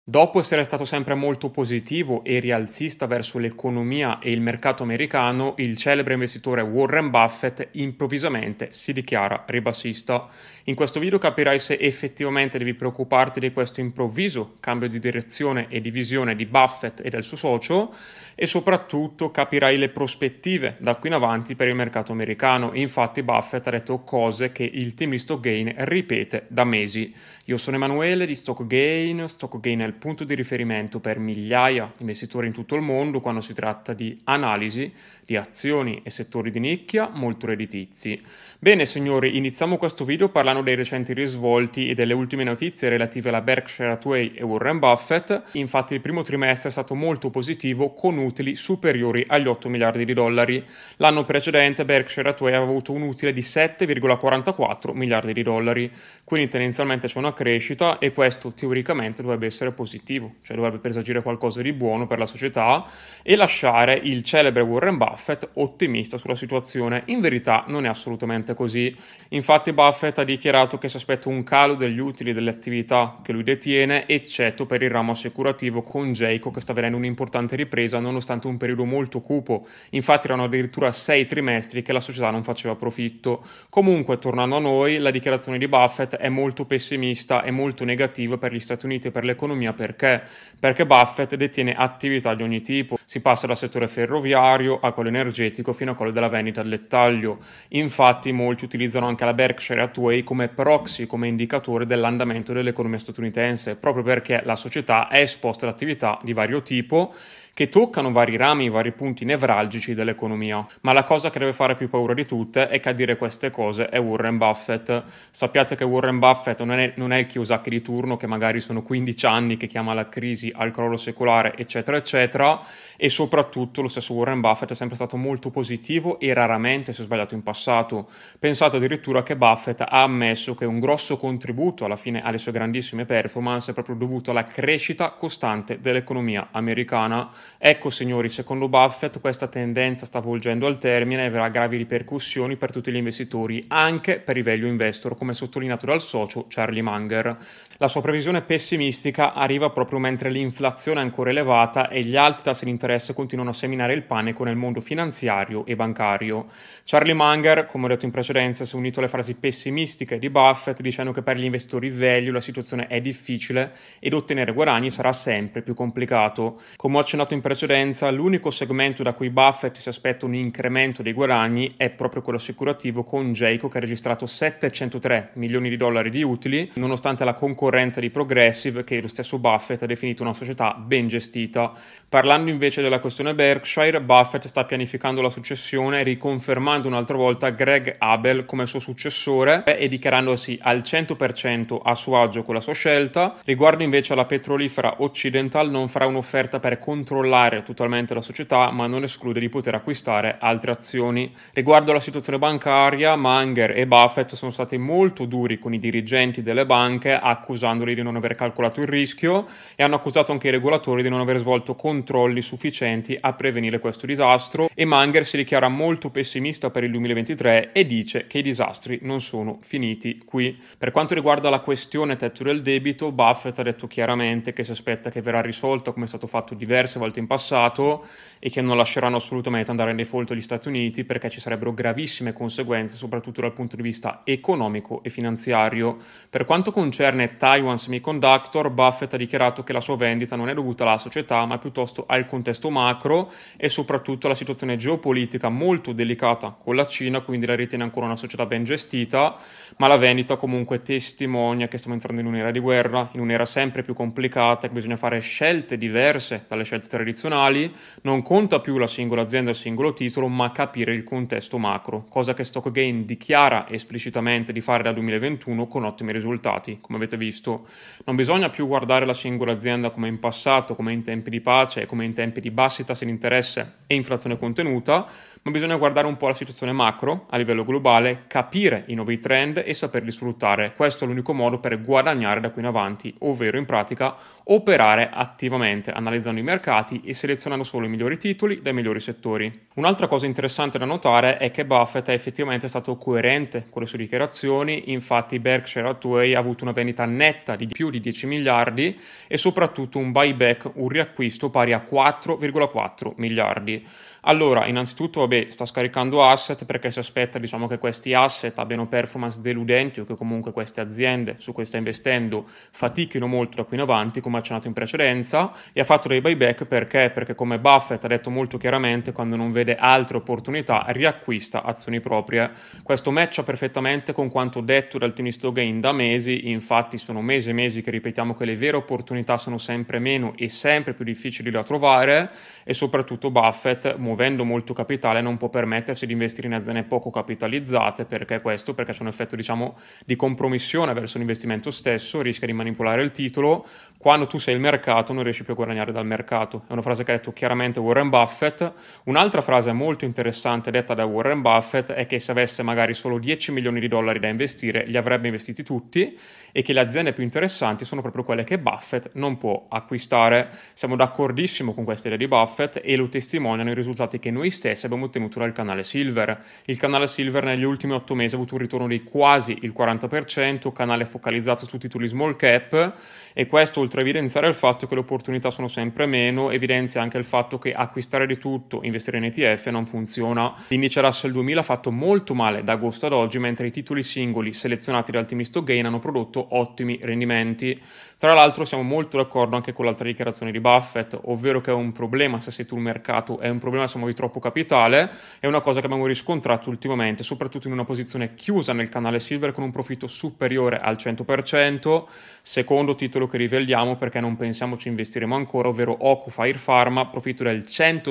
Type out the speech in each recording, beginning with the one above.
Dopo essere stato sempre molto positivo e rialzista verso l'economia e il mercato americano, il celebre investitore Warren Buffett improvvisamente si dichiara ribassista. In questo video capirai se effettivamente devi preoccuparti di questo improvviso cambio di direzione e di visione di Buffett e del suo socio e soprattutto capirai le prospettive da qui in avanti per il mercato americano. Infatti Buffett ha detto cose che il team di Stockgain ripete da mesi. Io sono Emanuele di Stockgain. Stockgain è il punto di riferimento per migliaia di investitori in tutto il mondo quando si tratta di analisi di azioni e settori di nicchia molto redditizi. Bene signori, iniziamo questo video parlando dei recenti risvolti e delle ultime notizie relative alla Berkshire Hathaway e Warren Buffett. Infatti il primo trimestre è stato molto positivo con utili superiori agli 8 miliardi di dollari. L'anno precedente Berkshire Hathaway aveva avuto un utile di 7,44 miliardi di dollari, quindi tendenzialmente c'è una crescita e questo teoricamente dovrebbe essere positivo, cioè dovrebbe presagire qualcosa di buono per la società e lasciare il celebre Warren Buffett ottimista sulla situazione. In verità non è assolutamente così. Infatti Buffett ha dichiarato che si aspetta un calo degli utili delle attività che lui detiene, eccetto per il ramo assicurativo con Geico che sta avendo un'importante ripresa nonostante un periodo molto cupo. Infatti erano addirittura 6 trimestri che la società non faceva profitto. Comunque, tornando a noi, la dichiarazione di Buffett è molto pessimista e molto negativa per gli Stati Uniti e per l'economia. Perché? Perché Buffett detiene attività di ogni tipo. Si passa dal settore ferroviario a quello energetico fino a quello della vendita al dettaglio. Infatti molti utilizzano anche la Berkshire Hathaway come proxy, come indicatore dell'andamento dell'economia statunitense, proprio perché la società è esposta ad attività di vario tipo che toccano vari rami, vari punti nevralgici dell'economia. Ma la cosa che deve fare più paura di tutte è che a dire queste cose è Warren Buffett. Sappiate che Warren Buffett non è il Kiyosaki di turno che magari sono 15 anni che chiama la crisi al crollo secolare, eccetera, eccetera, e soprattutto lo stesso Warren Buffett è sempre stato molto positivo e raramente si è sbagliato in passato. Pensate addirittura che Buffett ha ammesso che un grosso contributo alla fine alle sue grandissime performance è proprio dovuto alla crescita costante dell'economia americana. Ecco signori, secondo Buffett questa tendenza sta volgendo al termine e avrà gravi ripercussioni per tutti gli investitori, anche per i value investor, come sottolineato dal socio Charlie Munger. La sua previsione pessimistica arriva proprio mentre l'inflazione è ancora elevata e gli alti tassi di interesse continuano a seminare il panico nel mondo finanziario e bancario. Charlie Munger, come ho detto in precedenza, si è unito alle frasi pessimistiche di Buffett dicendo che per gli investitori value la situazione è difficile ed ottenere guadagni sarà sempre più complicato. Come ho accennato in precedenza, l'unico segmento da cui Buffett si aspetta un incremento dei guadagni è proprio quello assicurativo con Geico che ha registrato 703 milioni di dollari di utili, nonostante la concorrenza di Progressive che lo stesso Buffett ha definito una società ben gestita. Parlando invece della questione Berkshire, Buffett sta pianificando la successione riconfermando un'altra volta Greg Abel come suo successore e dichiarandosi al 100% a suo agio con la sua scelta. Riguardo invece alla petrolifera Occidental non farà un'offerta per controllare totalmente la società ma non esclude di poter acquistare altre azioni. Riguardo alla situazione bancaria, Munger e Buffett sono stati molto duri con i dirigenti delle banche accusandoli di non aver calcolato il rischio e hanno accusato anche i regolatori di non aver svolto controlli sufficienti a prevenire questo disastro e Munger si dichiara molto pessimista per il 2023 e dice che i disastri non sono finiti qui. Per quanto riguarda la questione tetto del debito, Buffett ha detto chiaramente che si aspetta che verrà risolta come è stato fatto diverse volte in passato e che non lasceranno assolutamente andare in default gli Stati Uniti perché ci sarebbero gravissime conseguenze soprattutto dal punto di vista economico e finanziario. Per quanto concerne Taiwan Semiconductor, Buffett ha dichiarato che la sua vendita non è dovuta alla società ma piuttosto al contesto macro e soprattutto alla situazione geopolitica molto delicata con la Cina, quindi la ritiene ancora una società ben gestita, ma la vendita comunque testimonia che stiamo entrando in un'era di guerra, in un'era sempre più complicata, che bisogna fare scelte diverse dalle scelte tradizionali, non conta più la singola azienda e il singolo titolo, ma capire il contesto macro, cosa che Stockgain dichiara esplicitamente di fare dal 2021 con ottimi risultati, come avete visto. Non bisogna più guardare la singola azienda come in passato, come in tempi di pace e come in tempi di bassi tassi di interesse e inflazione contenuta, ma bisogna guardare un po' la situazione macro a livello globale, capire i nuovi trend e saperli sfruttare. Questo è l'unico modo per guadagnare da qui in avanti, ovvero in pratica operare attivamente, analizzando i mercati e selezionando solo i migliori titoli dai migliori settori. Un'altra cosa interessante da notare è che Buffett è effettivamente stato coerente con le sue dichiarazioni, infatti Berkshire Hathaway ha avuto una vendita netta di più di 10 miliardi e soprattutto un buyback, un riacquisto pari a 4,4 miliardi. Allora, innanzitutto, sta scaricando asset perché si aspetta, diciamo, che questi asset abbiano performance deludenti o che comunque queste aziende su cui sta investendo fatichino molto da qui in avanti, come accennato in precedenza, e ha fatto dei buyback perché come Buffett ha detto molto chiaramente, quando non vede altre opportunità riacquista azioni proprie. Questo matcha perfettamente con quanto detto dal team Gain da mesi, infatti sono mesi e mesi che ripetiamo che le vere opportunità sono sempre meno e sempre più difficili da trovare e soprattutto Buffett, muovendo molto capitale, non può permettersi di investire in aziende poco capitalizzate. Perché questo? Perché c'è un effetto, diciamo, di compromissione verso l'investimento stesso, rischia di manipolare il titolo. Quando tu sei il mercato non riesci più a guadagnare dal mercato. È una frase che ha detto chiaramente Warren Buffett. Un'altra frase molto interessante detta da Warren Buffett è che se avesse magari solo 10 milioni di dollari da investire, li avrebbe investiti tutti e che le aziende più interessanti sono proprio quelle che Buffett non può acquistare. Siamo d'accordissimo con questa idea di Buffett e lo testimoniano i risultati che noi stessi abbiamo ottenuto dal canale Silver. Il canale Silver negli ultimi 8 mesi ha avuto un ritorno di quasi il 40%, canale focalizzato su titoli small cap, e questo, oltre a evidenziare il fatto che le opportunità sono sempre meno, evidenzia anche il fatto che acquistare di tutto, investire in ETF non funziona. L'indice Russell 2000 ha fatto molto male da agosto ad oggi, mentre i titoli singoli selezionati dal team Gain hanno prodotto ottimi rendimenti. Tra l'altro siamo molto d'accordo anche con l'altra dichiarazione di Buffett, ovvero che è un problema se sei tu il mercato, è un problema se muovi troppo capitale. È una cosa che abbiamo riscontrato ultimamente, soprattutto in una posizione chiusa nel canale Silver con un profitto superiore al 100%. Secondo titolo che riveliamo perché non pensiamo ci investiremo ancora, ovvero Ocuphire Pharma, profitto del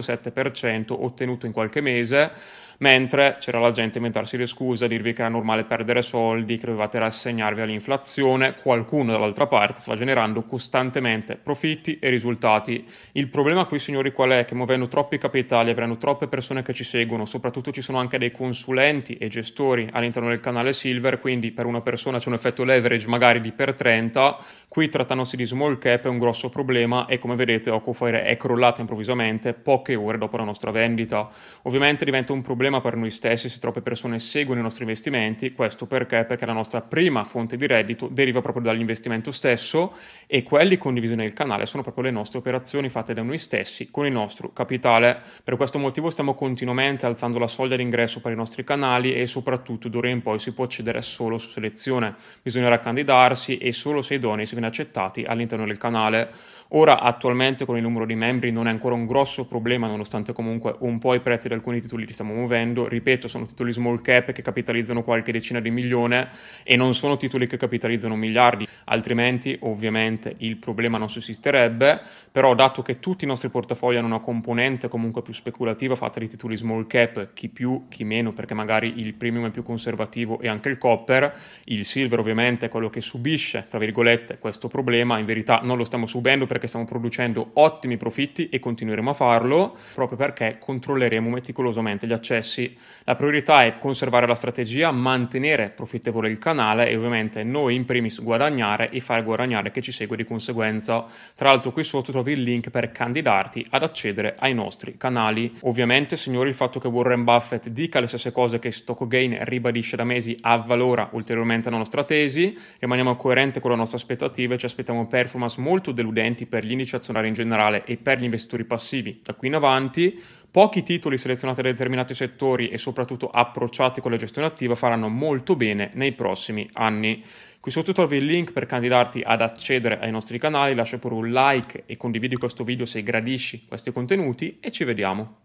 107% ottenuto in qualche mese, mentre c'era la gente a inventarsi le scuse, a dirvi che era normale perdere soldi, che dovevate rassegnarvi all'inflazione. Qualcuno dall'altra parte sta generando costantemente profitti e risultati. Il problema qui, signori, qual è? Che muovendo troppi capitali, avranno troppe persone che ci seguono, soprattutto ci sono anche dei consulenti e gestori all'interno del canale Silver, quindi per una persona c'è un effetto leverage magari di per 30, qui trattandosi di small cap è un grosso problema e come vedete Ocuphire è crollata improvvisamente poche ore dopo la nostra vendita. Ovviamente diventa un problema per noi stessi se troppe persone seguono i nostri investimenti. Questo perché? Perché la nostra prima fonte di reddito deriva proprio dall'investimento stesso e quelli condivisi nel canale sono proprio le nostre operazioni fatte da noi stessi con il nostro capitale. Per questo motivo stiamo continuamente alzando la soglia d'ingresso per i nostri canali e soprattutto d'ora in poi si può accedere solo su selezione. Bisognerà candidarsi e solo se idonei si viene accettati all'interno del canale. Ora attualmente con il numero di membri non è ancora un grosso problema, nonostante comunque un po' i prezzi di alcuni titoli li stiamo muovendo. Ripeto, sono titoli small cap che capitalizzano qualche decina di milione e non sono titoli che capitalizzano miliardi, altrimenti ovviamente il problema non sussisterebbe. Però dato che tutti i nostri portafogli hanno una componente comunque più speculativa fatta di titoli small cap, chi più chi meno, perché magari il premium è più conservativo e anche il copper, il silver ovviamente è quello che subisce tra virgolette questo problema. In verità non lo stiamo subendo perché stiamo producendo ottimi profitti e continueremo a farlo proprio perché controlleremo meticolosamente gli accessi. La priorità è conservare la strategia, mantenere profittevole il canale e ovviamente noi in primis guadagnare e far guadagnare chi ci segue di conseguenza. Tra l'altro qui sotto trovi il link per candidarti ad accedere ai nostri canali. Ovviamente, signori, il fatto che Warren Buffett dica le stesse cose che Gain ribadisce da mesi avvalora ulteriormente la nostra tesi. Rimaniamo coerenti con la nostra aspettativa e ci aspettiamo performance molto deludenti per gli indici azionari in generale e per gli investitori passivi da qui in avanti. Pochi titoli selezionati da determinati settori e soprattutto approcciati con la gestione attiva faranno molto bene nei prossimi anni. Qui sotto trovi il link per candidarti ad accedere ai nostri canali, lascia pure un like e condividi questo video se gradisci questi contenuti e ci vediamo.